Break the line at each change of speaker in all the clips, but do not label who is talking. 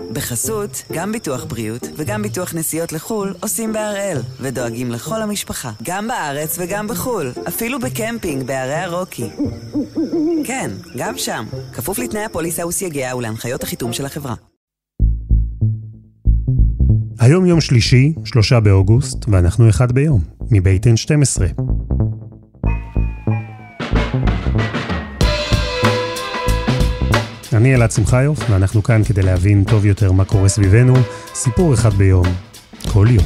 בחסות, גם ביטוח בריאות וגם ביטוח נסיעות לחול עושים בהראל, ודואגים לכל המשפחה, גם בארץ וגם בחול, אפילו בקמפינג בערי הרוקי. כן, גם שם, כפוף לתנאי הפוליסה וסייגיה ולהנחיות החיתום של החברה.
היום יום שלישי, 3 באוגוסט, ואנחנו אחד ביום, מבית N12. אני אלעד שמחיוף, ואנחנו כאן כדי להבין טוב יותר מה קורה סביבנו, סיפור אחד ביום, כל יום.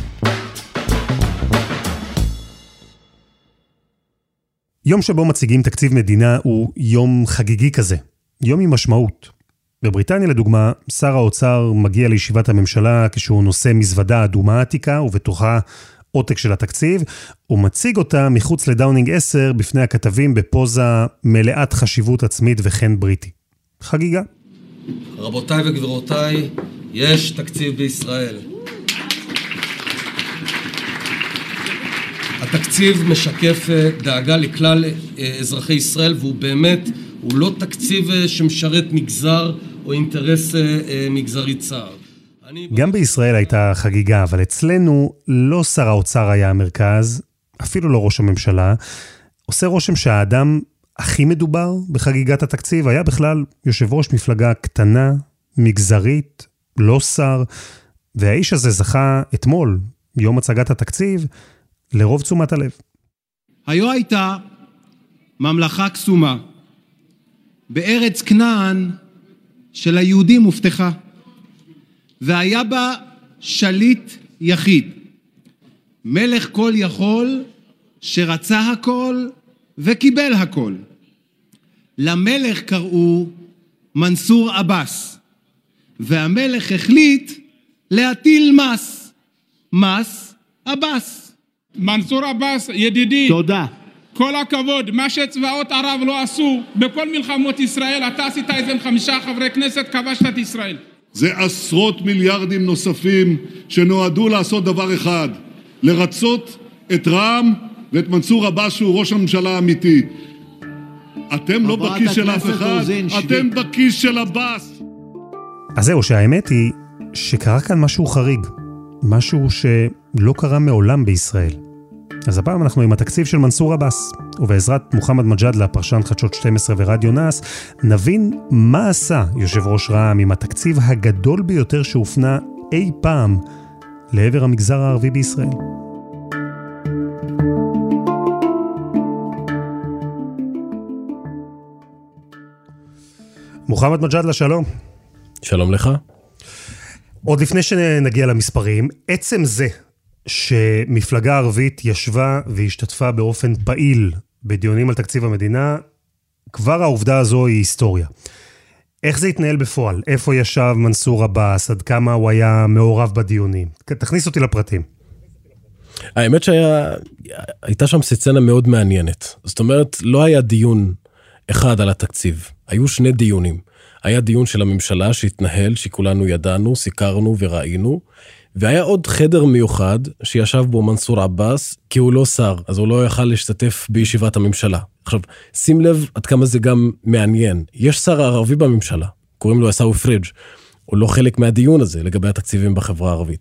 יום שבו מציגים תקציב מדינה הוא יום חגיגי כזה, יום עם משמעות. בבריטניה לדוגמה, שר האוצר מגיע לישיבת הממשלה כשהוא נושא מזוודה אדומה עתיקה ובתוכה עותק של התקציב, ומציג אותה מחוץ לדאונינג 10 בפני הכתבים בפוזה מלאת חשיבות עצמית וכן בריטי. חגיגה.
רבותיי וגבירותיי, יש תקציב בישראל. התקציב משקף דאגה לכלל אזרחי ישראל, והוא באמת, הוא לא תקציב שמשרת מגזר או אינטרס מגזרי צר.
גם בישראל הייתה חגיגה, אבל אצלנו לא שר האוצר היה המרכז, אפילו לא ראש הממשלה. עושה רושם שהאדם הכי מדובר בחגיגת התקציב היה בכלל יושב ראש מפלגה קטנה, מגזרית, לא שר, והאיש הזה זכה אתמול, יום הצגת התקציב, לרוב תשומת הלב.
היו הייתה ממלכה קסומה, בארץ כנען של היהודים מובטחה, והיה בה שליט יחיד, מלך כל יכול שרצה הכל וקיבל הכל. למלך קראו מנסור עבאס, והמלך החליט להטיל מס עבאס.
מנסור עבאס, ידידי,
תודה.
כל הכבוד, מה שצבאות ערב לא עשו בכל מלחמות ישראל, אתה עשית איזה 5 חברי כנסת, כבשת את ישראל.
זה עשרות מיליארדים נוספים שנועדו לעשות דבר אחד, לרצות את רע"מ ואת מנסור עבאס שהוא ראש הממשלה האמיתי. אתם לא בכיס של אף אחד, אתם בכיס של עבאס.
אז זהו, שהאמת היא שקרה כאן משהו חריג, משהו שלא קרה מעולם בישראל. אז הפעם אנחנו עם התקציב של מנסור עבאס, ובעזרת מוחמד מג'אדלה, פרשן חדשות 12 ורדיו נאס, נבין מה עשה יושב ראש רע"מ עם התקציב הגדול ביותר שהופנה אי פעם לעבר המגזר הערבי בישראל. מוחמד מג'אדלה, שלום.
שלום לך.
עוד לפני שנגיע למספרים, עצם זה שמפלגה ערבית ישבה והשתתפה באופן פעיל בדיונים על תקציב המדינה, כבר העובדה הזו היא היסטוריה. איך זה התנהל בפועל? איפה ישב מנסור עבאס? עד כמה הוא היה מעורב בדיונים? תכניס אותי לפרטים.
האמת שהייתה שם סצנה מאוד מעניינת. זאת אומרת, לא היה דיון אחד על התקציב. היו 2 דיונים. היה דיון של הממשלה שהתנהל, שכולנו ידענו, סיקרנו וראינו, והיה עוד חדר מיוחד שישב בו מנסור עבאס, כי הוא לא שר, אז הוא לא יכל להשתתף בישיבת הממשלה. עכשיו, שים לב עד כמה זה גם מעניין. יש שר ערבי בממשלה, קוראים לו עיסאווי פריג', הוא לא חלק מהדיון הזה לגבי התקציבים בחברה הערבית.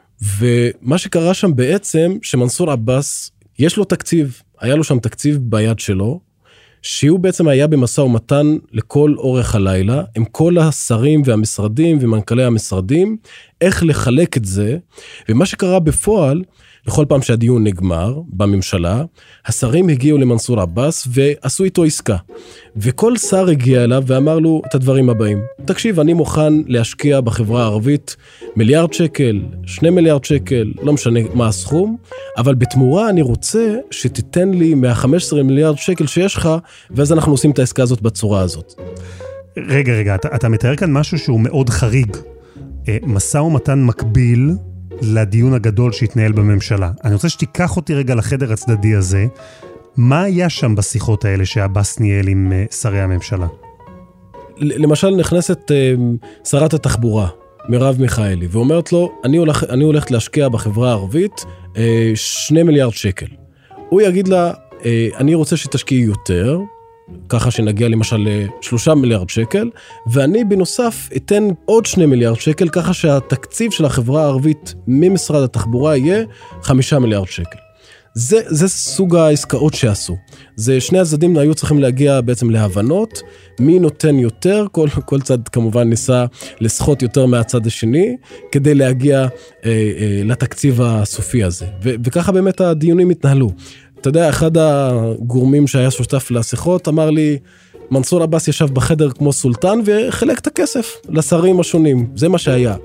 ומה שקרה שם בעצם, שמנסור עבאס, יש לו תקציב, היה לו שם תקציב ביד שלו, שהוא בעצם היה במשא ומתן לכל אורך הלילה, עם כל השרים והמשרדים ומנכ"לי המשרדים, איך לחלק את זה, ומה שקרה בפועל, לכל פעם שהדיון נגמר בממשלה, השרים הגיעו למנסור עבאס ועשו איתו עסקה. וכל שר הגיע אליו ואמר לו את הדברים הבאים. תקשיב, אני מוכן להשקיע בחברה הערבית 1 מיליארד שקל, 2 מיליארד שקל, לא משנה מה הסכום, אבל בתמורה אני רוצה שתיתן לי 15 מיליארד שקל שיש לך, ואז אנחנו עושים את העסקה הזאת בצורה הזאת.
רגע, אתה מתאר כאן משהו שהוא מאוד חריג. משא ומתן מקביל לדיון הגדול שהתנהל בממשלה. אני רוצה שתיקח אותי רגע לחדר הצדדי הזה. מה היה שם בשיחות האלה שעבאס ניהל עם שרי הממשלה?
למשל נכנסת שרת התחבורה, מרב מיכאלי, ואומרת לו, אני הולכת להשקיע בחברה הערבית 2 מיליארד שקל. הוא יגיד לה, אני רוצה שתשקיעי יותר, ככה שנגיע למשל ל3 מיליארד שקל, ואני בנוסף אתן עוד 2 מיליארד שקל, ככה שהתקציב של החברה הערבית ממשרד התחבורה יהיה 5 מיליארד שקל. זה סוג העסקאות שעשו. זה שני הצדדים היו צריכים להגיע בעצם להבנות, מי נותן יותר, כל צד כמובן ניסה לסחוט יותר מהצד השני, כדי להגיע לתקציב הסופי הזה. וככה באמת הדיונים התנהלו. אתה יודע, אחד הגורמים שהיה שותף לשיחות אמר לי, מנסור עבאס ישב בחדר כמו סולטן וחילק את הכסף לשרים השונים. זה מה שהיה.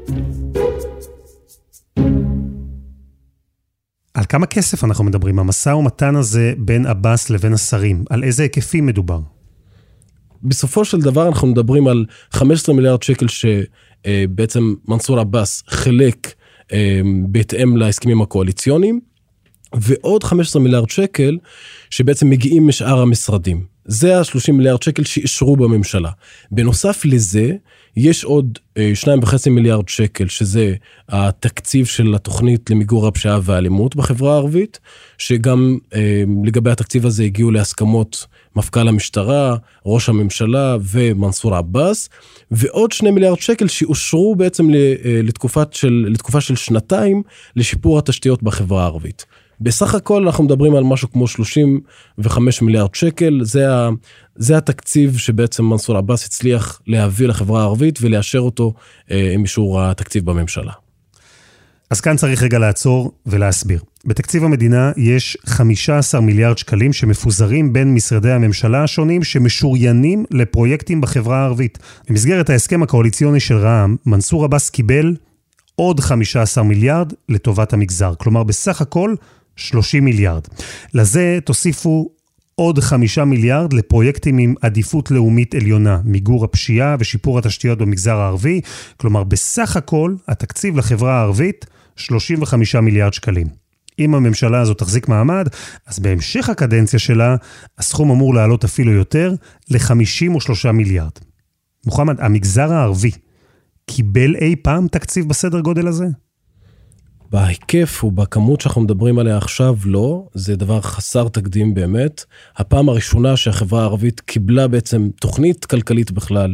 על כמה כסף אנחנו מדברים? המשא ומתן הזה בין עבאס לבין השרים, על איזה היקפים מדובר?
בסופו של דבר אנחנו מדברים על 15 מיליארד שקל שבעצם מנסור עבאס חילק בהתאם להסכמים הקואליציוניים, ועוד 15 מיליארד שקל שבעצם מגיעים משאר המשרדים. זה ה-30 מיליארד שקל שאישרו בממשלה. בנוסף לזה, יש עוד 2.5 מיליארד שקל, שזה התקציב של התוכנית למיגור הפשיעה והאלימות בחברה הערבית, שגם לגבי התקציב הזה הגיעו להסכמות מפכ"ל המשטרה, ראש הממשלה ומנסור עבאס, ועוד 2 מיליארד שקל שאושרו בעצם לתקופה של 2 לשיפור התשתיות בחברה הערבית. בסך הכל אנחנו מדברים על משהו כמו 35 מיליארד שקל, זה התקציב שבעצם מנסור עבאס הצליח להביא לחברה הערבית ולאשר אותו עם אישור התקציב בממשלה.
אז כאן צריך רגע לעצור ולהסביר. בתקציב המדינה יש 15 מיליארד שקלים שמפוזרים בין משרדי הממשלה השונים שמשוריינים לפרויקטים בחברה הערבית. במסגרת ההסכם הקואליציוני של רע"מ, מנסור עבאס קיבל עוד 15 מיליארד לטובת המגזר. כלומר, בסך הכל 30 מיליארד. לזה תוסיפו עוד 5 מיליארד לפרויקטים עם עדיפות לאומית עליונה, מיגור הפשיעה ושיפור התשתיות במגזר הערבי. כלומר, בסך הכל התקציב לחברה הערבית 35 מיליארד שקלים. אם הממשלה הזו תחזיק מעמד, אז בהמשך הקדנציה שלה, הסכום אמור לעלות אפילו יותר ל-53 מיליארד. מוחמד, המגזר הערבי קיבל אי פעם תקציב בסדר גודל הזה?
בהיקף ובכמות שאנחנו מדברים עליה עכשיו לא, זה דבר חסר תקדים באמת. הפעם הראשונה שהחברה הערבית קיבלה בעצם תוכנית כלכלית בכלל,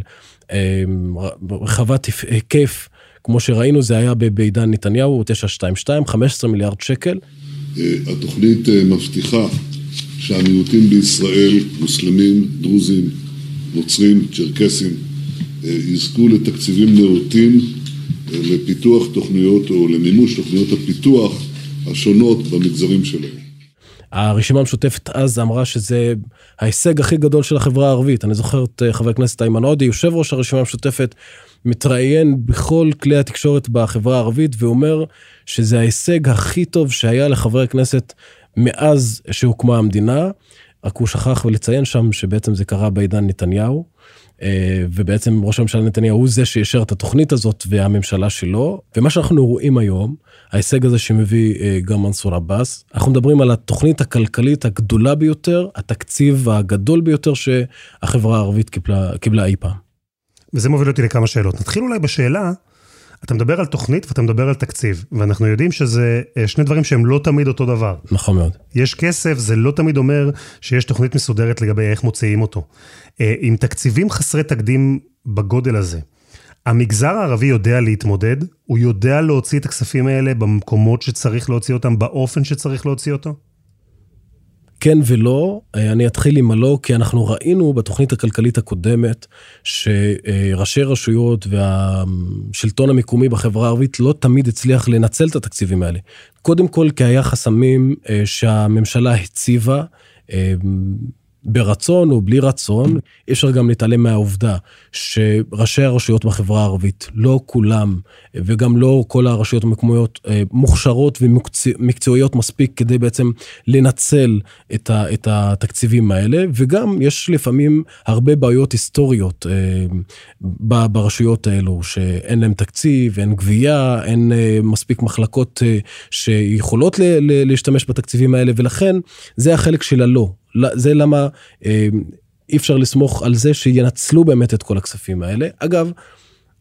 רחבת היקף, כמו שראינו זה היה בעידן נתניהו, 922, 15 מיליארד שקל.
התוכנית מבטיחה שהמיעוטים בישראל, מוסלמים, דרוזים, נוצרים, צ'רקסים, יזכו לתקציבים נאותים, לפיתוח תוכניות או למימוש תוכניות הפיתוח השונות במגזרים שלהם.
הרשימה המשותפת אז אמרה שזה ההישג הכי גדול של החברה הערבית. אני זוכר את חבר הכנסת איימן עודה, יושב ראש הרשימה המשותפת, מתראיין בכל כלי התקשורת בחברה הערבית, ואומר שזה ההישג הכי טוב שהיה לחברי הכנסת מאז שהוקמה המדינה, רק הוא שכח ולציין שם שבעצם זה קרה בעידן נתניהו, ובעצם ראש הממשלה נתניהו הוא זה שישר את התוכנית הזאת והממשלה שלו, ומה שאנחנו רואים היום, ההישג הזה שמביא גם מנסור עבאס, אנחנו מדברים על התוכנית הכלכלית הגדולה ביותר, התקציב הגדול ביותר שהחברה הערבית קיבלה אי פעם.
וזה מוביל אותי לכמה שאלות. נתחיל אולי בשאלה, אתה מדבר על תוכנית ואתה מדבר על תקציב, ואנחנו יודעים שזה שני דברים שהם לא תמיד אותו דבר.
נכון מאוד.
יש כסף, זה לא תמיד אומר שיש תוכנית מסודרת לגבי איך מוציאים אותו. עם תקציבים חסרי תקדים בגודל הזה, המגזר הערבי יודע להתמודד, הוא יודע להוציא את הכספים האלה במקומות שצריך להוציא אותם, באופן שצריך להוציא אותו?
כן ולא, אני אתחיל עם הלא, כי אנחנו ראינו בתוכנית הכלכלית הקודמת, שראשי רשויות והשלטון המקומי בחברה הערבית לא תמיד הצליח לנצל את התקציבים האלה. קודם כל, כי היה חסמים שהממשלה הציבה, ברצון או בלי רצון, אפשר גם להתעלם מהעובדה שראשי הרשויות בחברה הערבית, לא כולם וגם לא כל הרשויות המקומיות מוכשרות ומקצועיות מספיק כדי בעצם לנצל את התקציבים האלה, וגם יש לפעמים הרבה בעיות היסטוריות ברשויות האלו, שאין להם תקציב, אין גבייה, אין מספיק מחלקות שיכולות להשתמש בתקציבים האלה, ולכן זה החלק של הלא. זה למה אי אפשר לסמוך על זה שינצלו באמת את כל הכספים האלה. אגב,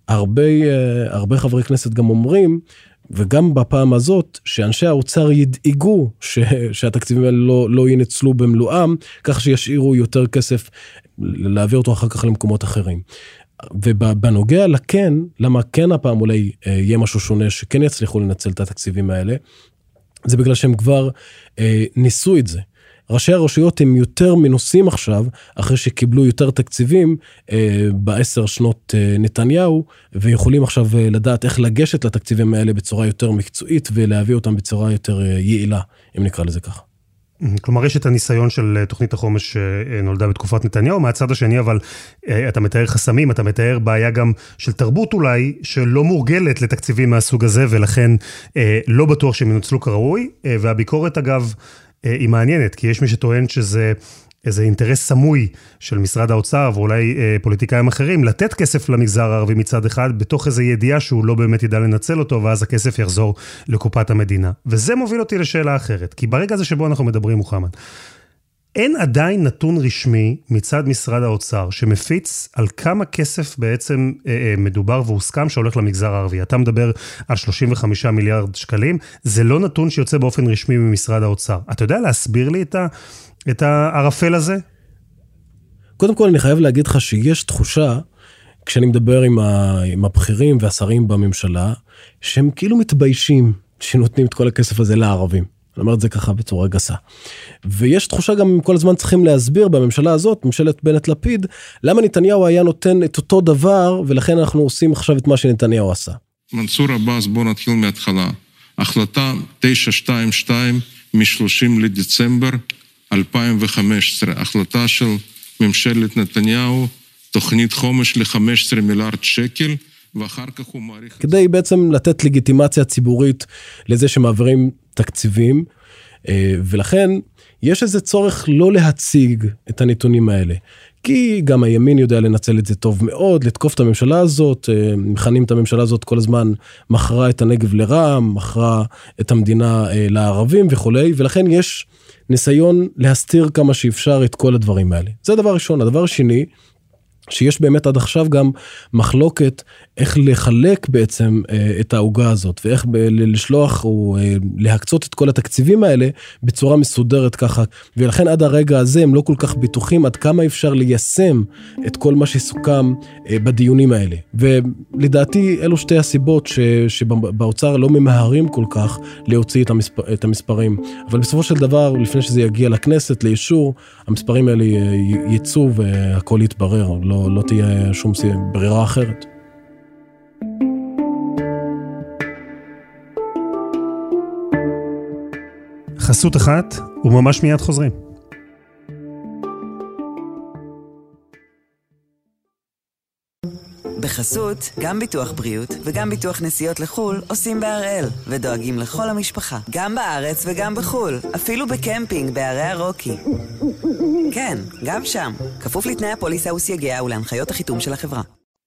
הרבה חברי כנסת גם אומרים, וגם בפעם הזאת, שאנשי האוצר ידאגו שהתקציבים האלה לא ינצלו במלואם, כך שישאירו יותר כסף להעביר אותו אחר כך למקומות אחרים. ובנוגע לכן, למה כן הפעם אולי יהיה משהו שונה, שכן יצליחו לנצל את התקציבים האלה, זה בגלל שהם כבר ניסו את זה. ראשי הרשויות הם יותר מנוסים עכשיו, אחרי שקיבלו יותר תקציבים ב10 שנות נתניהו, ויכולים עכשיו לדעת איך לגשת לתקציבים האלה בצורה יותר מקצועית, ולהביא אותם בצורה יותר יעילה, אם נקרא לזה ככה.
כלומר, יש את הניסיון של תוכנית החומש שנולדה בתקופת נתניהו, מהצד השני, אבל אתה מתאר חסמים, אתה מתאר בעיה גם של תרבות אולי, שלא מורגלת לתקציבים מהסוג הזה, ולכן לא בטוח שהם ינוצלו כראוי, והביקורת אגב, היא מעניינת, כי יש מי שטוען שזה איזה אינטרס סמוי של משרד האוצר, ואולי פוליטיקאים אחרים, לתת כסף למגזר הערבי מצד אחד, בתוך איזו ידיעה שהוא לא באמת ידע לנצל אותו, ואז הכסף יחזור לקופת המדינה. וזה מוביל אותי לשאלה אחרת, כי ברגע הזה שבו אנחנו מדברים, מוחמד, אין עדיין נתון רשמי מצד משרד האוצר, שמפיץ על כמה כסף בעצם מדובר והוסכם שהולך למגזר הערבי. אתה מדבר על 35 מיליארד שקלים, זה לא נתון שיוצא באופן רשמי ממשרד האוצר. אתה יודע להסביר לי את הערפל הזה?
קודם כל אני חייב להגיד לך שיש תחושה, כשאני מדבר עם הבכירים והשרים בממשלה, שהם כאילו מתביישים שנותנים את כל הכסף הזה לערבים. אני אומר את זה ככה בצורה גסה. ויש תחושה גם כל הזמן צריכים להסביר בממשלה הזאת, ממשלת בנט לפיד, למה נתניהו היה נותן את אותו דבר, ולכן אנחנו עושים עכשיו את מה שנתניהו עשה.
מנסור עבאס, בוא נתחיל מההתחלה. החלטה 922 מ-30 לדצמבר 2015, החלטה של ממשלת נתניהו, תוכנית חומש ל-15 מיליארד שקל, ואחר כך הוא מעריך...
כדי בעצם לתת לגיטימציה ציבורית לזה שמעבירים תקציבים, ולכן יש איזה צורך לא להציג את הנתונים האלה. כי גם הימין יודע לנצל את זה טוב מאוד, לתקוף את הממשלה הזאת, מכנים את הממשלה הזאת כל הזמן, מכרה את הנגב לרעם, מכרה את המדינה לערבים וכו', ולכן יש ניסיון להסתיר כמה שאפשר את כל הדברים האלה. זה הדבר ראשון. הדבר השני, שיש באמת עד עכשיו גם מחלוקת איך לחלק בעצם את העוגה הזאת, ואיך לשלוח או להקצות את כל התקציבים האלה בצורה מסודרת ככה, ולכן עד הרגע הזה הם לא כל כך בטוחים עד כמה אפשר ליישם את כל מה שסוכם בדיונים האלה. ולדעתי אלו שתי הסיבות שבאוצר לא ממהרים כל כך להוציא את המספרים, אבל בסופו של דבר, לפני שזה יגיע לכנסת, לאישור, המספרים האלה יצאו והכל יתברר, לא תהיה שום ברירה אחרת.
חסות אחת, וממש מיד חוזרים.
בחסות, גם ביטוח בריאות וגם ביטוח נסיעות לחול עושים בהראל, ודואגים לכל המשפחה, גם בארץ וגם בחול, אפילו בקמפינג בערי הרוקי. כן, גם שם, כפוף לתנאי הפוליסה וסייגיה ולהנחיות החיתום של החברה.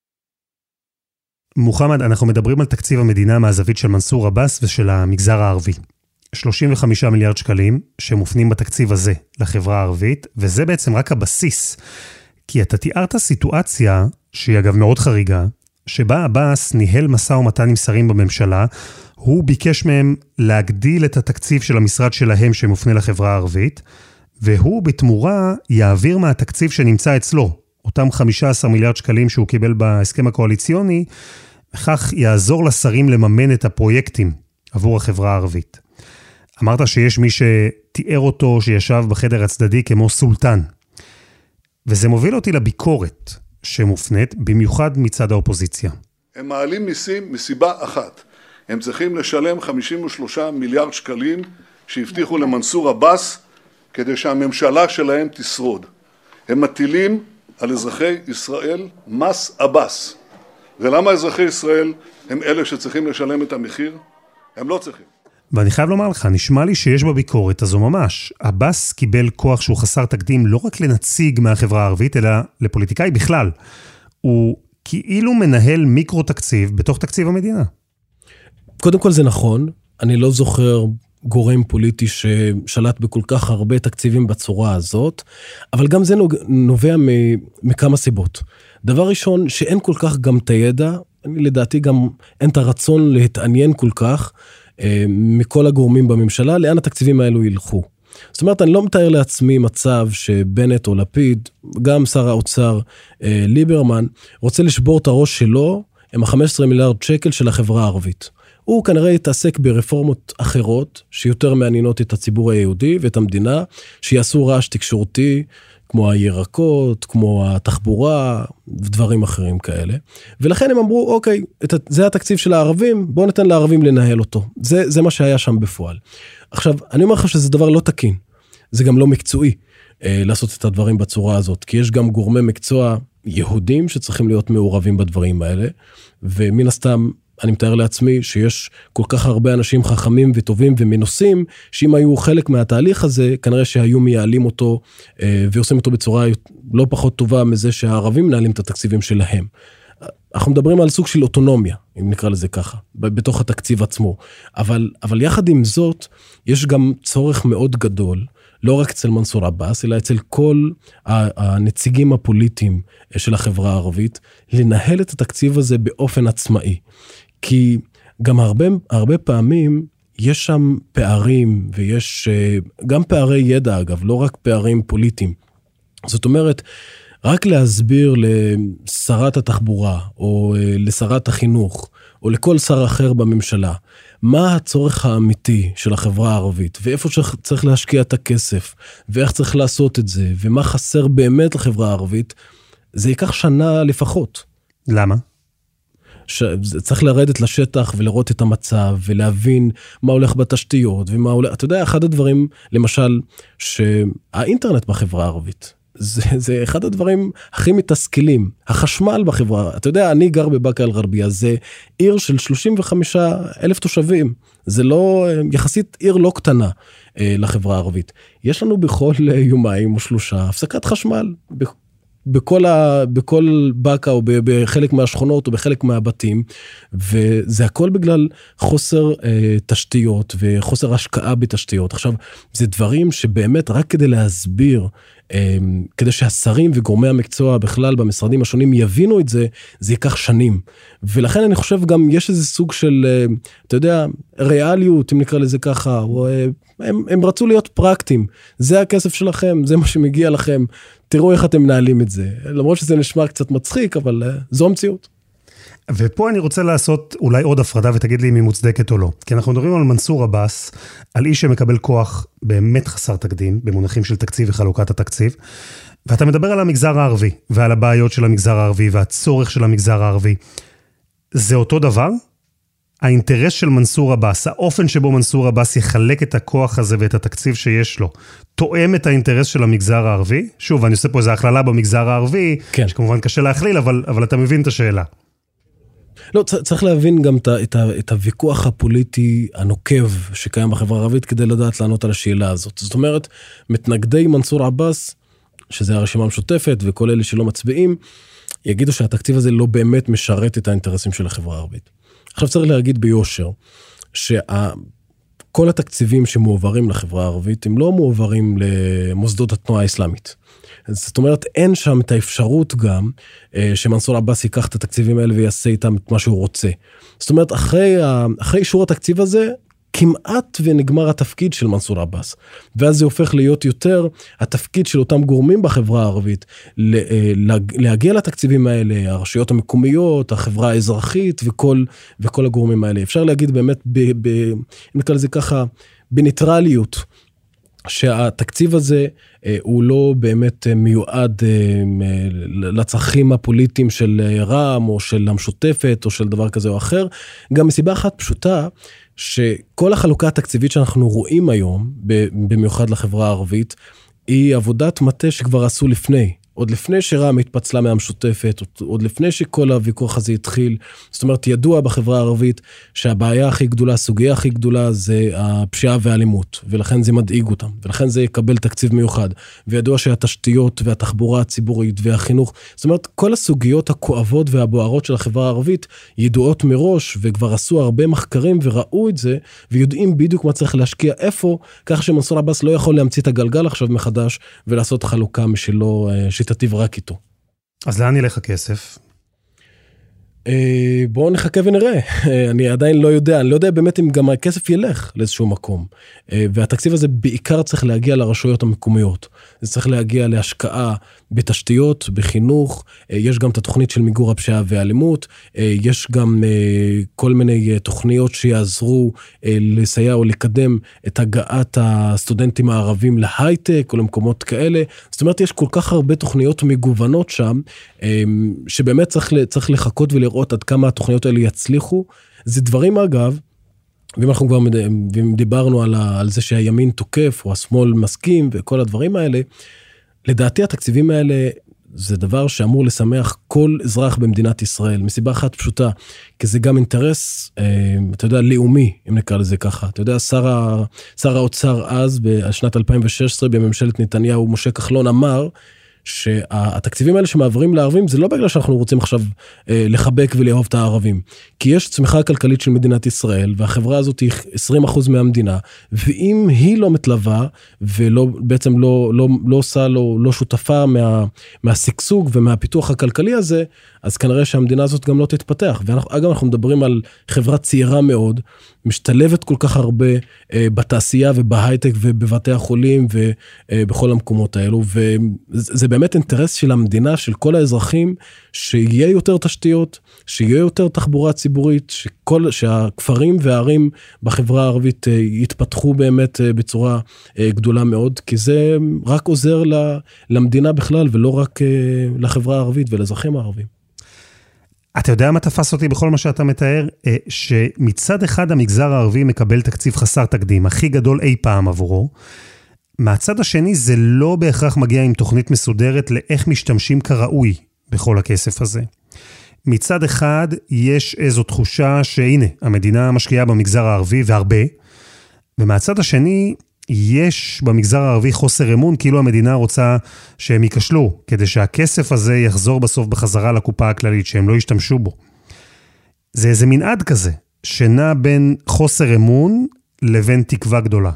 מוחמד, אנחנו מדברים על תקציב המדינה מהזווית של מנסור עבאס ושל המגזר הערבי. 35 מיליארד שקלים שמופנים בתקציב הזה לחברה הערבית, וזה בעצם רק הבסיס. כי אתה תיארת סיטואציה, שהיא אגב מאוד חריגה, שבה עבאס ניהל משא ומתן עם שרים בממשלה, הוא ביקש מהם להגדיל את התקציב של המשרד שלהם שמופנה לחברה הערבית, והוא בתמורה יעביר מהתקציב שנמצא אצלו, אותם 15 מיליארד שקלים שהוא קיבל בהסכם הקואליציוני, וכך יעזור לשרים לממן את הפרויקטים עבור החברה הערבית. אמרת שיש מי שתיאר אותו שישב בחדר הצדדי כמו סולטן. וזה מוביל אותי לביקורת שמופנית במיוחד מצד האופוזיציה.
הם מעלים מיסים מסיבה אחת. הם צריכים לשלם 53 מיליארד שקלים שהבטיחו למנסור עבאס כדי שהממשלה שלהם תשרוד. הם מטילים על אזרחי ישראל מס עבאס. ולמה אזרחי ישראל הם אלה שצריכים לשלם את המחיר? הם לא צריכים.
ואני חייב לומר לך, נשמע לי שיש בביקורת הזו ממש. עבאס קיבל כוח שהוא חסר תקדים לא רק לנציג מהחברה הערבית, אלא לפוליטיקאי בכלל. הוא כאילו מנהל מיקרו תקציב בתוך תקציב המדינה.
קודם כל זה נכון, אני לא זוכר גורם פוליטי ששלט בכל כך הרבה תקציבים בצורה הזאת, אבל גם זה נובע מכמה סיבות. דבר ראשון, שאין כל כך גם את הידע לדעתי גם אין את הרצון להתעניין כל כך, מכל הגורמים בממשלה, לאן התקציבים האלו ילכו. זאת אומרת, אני לא מתאר לעצמי מצב שבנט או לפיד, גם שר האוצר ליברמן, רוצה לשבור את הראש שלו, עם ה-15 מיליארד שקל של החברה הערבית. הוא כנראה יתעסק ברפורמות אחרות, שיותר מעניינות את הציבור היהודי ואת המדינה, שיעשו רעש תקשורתי, כמו הירקות, כמו התחבורה, ודברים אחרים כאלה. ולכן הם אמרו, אוקיי, זה התקציב של הערבים, בואו ניתן לערבים לנהל אותו. זה מה שהיה שם בפועל. עכשיו, אני אומר לך שזה דבר לא תקין. זה גם לא מקצועי לעשות את הדברים בצורה הזאת, כי יש גם גורמי מקצוע יהודים שצריכים להיות מעורבים בדברים האלה, ומן הסתם, אני מתאר לעצמי שיש כל כך הרבה אנשים חכמים וטובים ומנוסים, שאם היו חלק מהתהליך הזה, כנראה שהיו מייעלים אותו, ועושים אותו בצורה לא פחות טובה מזה שהערבים מנהלים את התקציבים שלהם. אנחנו מדברים על סוג של אוטונומיה, אם נקרא לזה ככה, בתוך התקציב עצמו. אבל יחד עם זאת, יש גם צורך מאוד גדול, לא רק אצל מנסור עבאס, אלא אצל כל הנציגים הפוליטיים של החברה הערבית, לנהל את התקציב הזה באופן עצמאי. כי גם הרבה פעמים יש שם פערים, ויש גם פערי ידע אגב, לא רק פערים פוליטיים. זאת אומרת, רק להסביר לשרת התחבורה, או לשרת החינוך, או לכל שר אחר בממשלה, מה הצורך האמיתי של החברה הערבית, ואיפה צריך להשקיע את הכסף, ואיך צריך לעשות את זה, ומה חסר באמת לחברה הערבית, זה ייקח שנה לפחות.
למה?
צריך לרדת לשטח ולראות את המצב, ולהבין מה הולך בתשתיות, ומה הולך, אתה יודע, אחד הדברים, למשל, שהאינטרנט בחברה הערבית, זה אחד הדברים הכי מתסכלים, החשמל בחברה, אתה יודע, אני גר בבאקה אל-גרבייה, זה עיר של 35,000 תושבים, זה לא, יחסית עיר לא קטנה לחברה הערבית. יש לנו בכל יומיים או שלושה, הפסקת חשמל, בכל באקה או בחלק מהשכונות או בחלק מהבתים, וזה הכל בגלל חוסר תשתיות וחוסר השקעה בתשתיות. עכשיו, זה דברים שבאמת רק כדי להסביר, כדי שהשרים וגורמי המקצוע בכלל במשרדים השונים יבינו את זה, זה ייקח שנים. ולכן אני חושב גם יש איזה סוג של, אתה יודע, ריאליות, אם נקרא לזה ככה, הם רצו להיות פרקטיים. זה הכסף שלכם, זה מה שמגיע לכם. תראו איך אתם מנהלים את זה. למרות שזה נשמע קצת מצחיק, אבל זו המציאות.
ופה אני רוצה לעשות אולי עוד הפרדה, ותגיד לי אם היא מוצדקת או לא. כי אנחנו מדברים על מנסור עבאס, על איש שמקבל כוח באמת חסר תקדים, במונחים של תקציב וחלוקת התקציב, ואתה מדבר על המגזר הערבי, ועל הבעיות של המגזר הערבי, והצורך של המגזר הערבי. זה אותו דבר? האינטרס של מנסור עבאס, האופן שבו מנסור עבאס יחלק את הכוח הזה ואת התקציב שיש לו, תואם את האינטרס של המגזר הערבי? שוב, אני עושה פה איזו הכללה במגזר הערבי, כן. שכמובן קשה להכליל, אבל אתה מבין את השאלה.
לא, צריך להבין גם את הוויכוח הפוליטי הנוקב שקיים בחברה הערבית, כדי לדעת לענות על השאלה הזאת. זאת אומרת, מתנגדי מנסור עבאס, שזה הרשימה המשותפת, וכל אלה שלא מצביעים, יגידו שהתקציב הזה לא באמת משרת את האינטרסים של החברה הערבית. עכשיו צריך להגיד ביושר, שכל התקציבים שמועברים לחברה הערבית, הם לא מועברים למוסדות התנועה האסלאמית. זאת אומרת, אין שם את האפשרות גם, שמנסור עבאס ייקח את התקציבים האלה ויעשה איתם את מה שהוא רוצה. זאת אומרת, אחרי אישור התקציב הזה, כמעט ונגמר התפקיד של מנסור עבאס. ואז זה הופך להיות יותר התפקיד של אותם גורמים בחברה הערבית, להגיע לתקציבים האלה, הרשויות המקומיות, החברה האזרחית וכל הגורמים האלה. אפשר להגיד באמת, אם נקרא לזה ככה, בניטרליות, שהתקציב הזה הוא לא באמת מיועד לצרכים הפוליטיים של רע"מ או של המשותפת או של דבר כזה או אחר, גם מסיבה אחת פשוטה, שכל החלוקה התקציבית שאנחנו רואים היום, במיוחד לחברה הערבית, היא עבודת מטה שכבר עשו לפני. עוד לפני שרע"מ התפצלה מהמשותפת, עוד לפני שכל הוויכוח הזה התחיל. זאת אומרת, ידוע בחברה הערבית שהבעיה הכי גדולה, הסוגיה הכי גדולה, זה הפשיעה והאלימות, ולכן זה מדאיג אותם, ולכן זה יקבל תקציב מיוחד. וידוע שהתשתיות והתחבורה הציבורית והחינוך, זאת אומרת, כל הסוגיות הכואבות והבוערות של החברה הערבית, ידועות מראש, וכבר עשו הרבה מחקרים וראו את זה, ויודעים בדיוק מה צריך להשקיע איפה, כך שמנסור עבאס לא יכול להמציא את הגלגל עכשיו מחדש, ולעשות חלוקה משלו שתטיב רק איתו.
אז לאן ילך הכסף?
בואו נחכה ונראה. אני עדיין לא יודע, אני לא יודע באמת אם גם הכסף ילך לאיזשהו מקום. והתקציב הזה בעיקר צריך להגיע לרשויות המקומיות. זה צריך להגיע להשקעה בתשתיות, בחינוך, יש גם את התוכנית של מיגור הפשיעה והאלימות, יש גם כל מיני תוכניות שיעזרו לסייע או לקדם את הגעת הסטודנטים הערבים להייטק או למקומות כאלה. זאת אומרת, יש כל כך הרבה תוכניות מגוונות שם, שבאמת צריך לחכות ולראות עד כמה התוכניות האלה יצליחו. זה דברים אגב, ואם אנחנו כבר דיברנו על זה שהימין תוקף או השמאל מסכים וכל הדברים האלה, לדעתי התקציבים האלה זה דבר שאמור לשמח כל אזרח במדינת ישראל, מסיבה אחת פשוטה, כי זה גם אינטרס, אתה יודע, לאומי, אם נקרא לזה ככה. אתה יודע, שר האוצר אז, בשנת 2016, בממשלת נתניהו, משה כחלון אמר, שהתקציבים האלה שמעברים לערבים, זה לא בגלל שאנחנו רוצים עכשיו לחבק ולאהוב את הערבים, כי יש צמיחה כלכלית של מדינת ישראל, והחברה הזאת היא 20% מהמדינה, ואם היא לא מתלווה, ובעצם לא עושה, לא שותפה מהסגסוג ומהפיתוח הכלכלי הזה, אז כנראה שהמדינה הזאת גם לא תתפתח. ואגב, אנחנו מדברים על חברה צעירה מאוד, משתלבת כל כך הרבה בתעשייה ובהייטק ובבתי החולים ובכל המקומות האלו, וזה באמת אינטרס של המדינה, של כל האזרחים, שיהיה יותר תשתיות, שיהיה יותר תחבורה ציבורית, שהכפרים והערים בחברה הערבית יתפתחו באמת בצורה גדולה מאוד, כי זה רק עוזר למדינה בכלל, ולא רק לחברה הערבית ולאזרחים הערבים.
אתה יודע מה תפס אותי בכל מה שאתה מתאר? שמצד אחד המגזר הערבי מקבל תקציב חסר תקדים, הכי גדול אי פעם עבורו. מהצד השני זה לא בהכרח מגיע עם תוכנית מסודרת לאיך משתמשים כראוי בכל הכסף הזה. מצד אחד יש איזו תחושה שהנה, המדינה משקיעה במגזר הערבי והרבה, ומהצד השני יש במגזר הערבי חוסר אמון, כאילו המדינה רוצה שהם ייכשלו, כדי שהכסף הזה יחזור בסוף בחזרה לקופה הכללית, שהם לא ישתמשו בו. זה איזה מנעד כזה, שנע בין חוסר אמון לבין תקווה גדולה.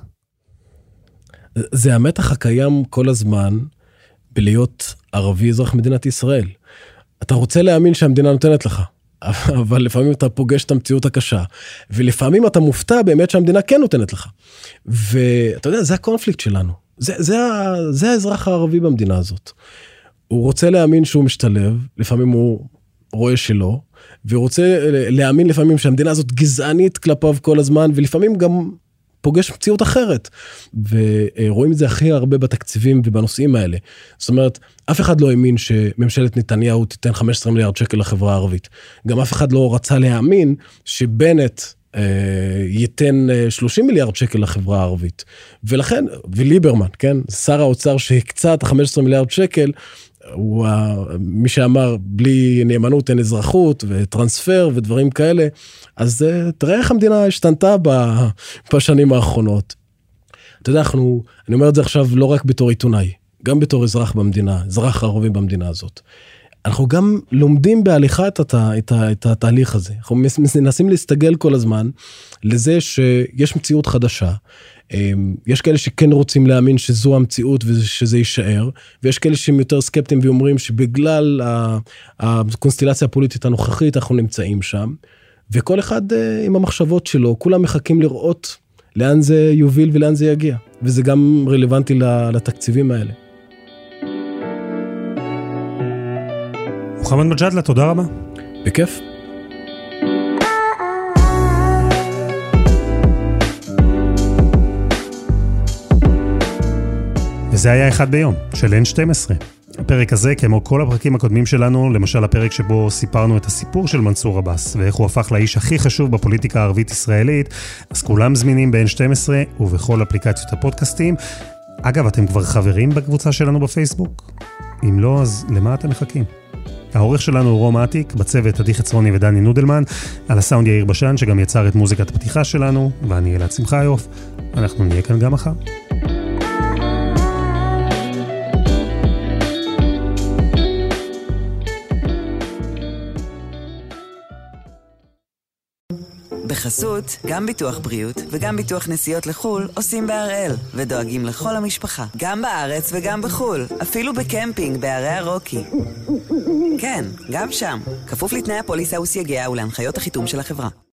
זה המתח הקיים כל הזמן בלהיות ערבי אזרח מדינת ישראל. אתה רוצה להאמין שהמדינה נותנת לך, אבל לפעמים אתה פוגש את המציאות הקשה, ולפעמים אתה מופתע באמת שהמדינה כן נותנת לך. ואתה יודע, זה הקונפליקט שלנו. זה האזרח הערבי במדינה הזאת. הוא רוצה להאמין שהוא משתלב, לפעמים הוא רואה שלא, והוא רוצה להאמין לפעמים שהמדינה הזאת גזענית כלפיו כל הזמן, ולפעמים גם פוגש מציאות אחרת. ורואים את זה הכי הרבה בתקציבים ובנושאים האלה. זאת אומרת, אף אחד לא האמין שממשלת נתניהו תיתן 15 מיליארד שקל לחברה הערבית. גם אף אחד לא רצה להאמין שבנט ייתן 30 מיליארד שקל לחברה הערבית. ולכן, וליברמן, כן, שר האוצר שהקצה את 15 מיליארד שקל, הוא מי שאמר בלי נאמנות אין אזרחות וטרנספר ודברים כאלה, אז תראה איך המדינה השתנתה בשנים האחרונות. אתה יודע, אני אומר את זה עכשיו לא רק בתור עיתונאי, גם בתור אזרח במדינה, אזרח ערבי במדינה הזאת. אנחנו גם לומדים בהליכה את התהליך הזה. אנחנו מנסים להסתגל כל הזמן לזה שיש מציאות חדשה. יש כאלה שכן רוצים להאמין שזו המציאות ושזה יישאר, ויש כאלה שהם יותר סקפטיים ואומרים שבגלל הקונסטלציה הפוליטית הנוכחית אנחנו נמצאים שם, וכל אחד עם המחשבות שלו, כולם מחכים לראות לאן זה יוביל ולאן זה יגיע, וזה גם רלוונטי לתקציבים האלה.
מוחמד מג'אדלה, תודה רבה.
בכיף.
וזה היה אחד ביום, של N12. הפרק הזה, כמו כל הפרקים הקודמים שלנו, למשל הפרק שבו סיפרנו את הסיפור של מנסור עבאס, ואיך הוא הפך לאיש הכי חשוב בפוליטיקה הערבית-ישראלית, אז כולם זמינים ב-N12 ובכל אפליקציות הפודקאסטים. אגב, אתם כבר חברים בקבוצה שלנו בפייסבוק? אם לא, אז למה אתם מחכים? העורך שלנו הוא רום עתיק, בצוות עדי חצרוני ודני נודלמן, על הסאונד יאיר בשן שגם יצר את מוזיקת הפתיחה שלנו, ואני אלעד שמחיוף. אנחנו נהיה כאן גם מחר.
בחסות, גם ביטוח בריאות וגם ביטוח נסיעות לחול עושים בהראל, ודואגים לכל המשפחה, גם בארץ וגם בחול, אפילו בקמפינג בערי הרוקי. כן, גם שם, כפוף לתנאי הפוליסה וסייגיה ולהנחיות החיתום של החברה.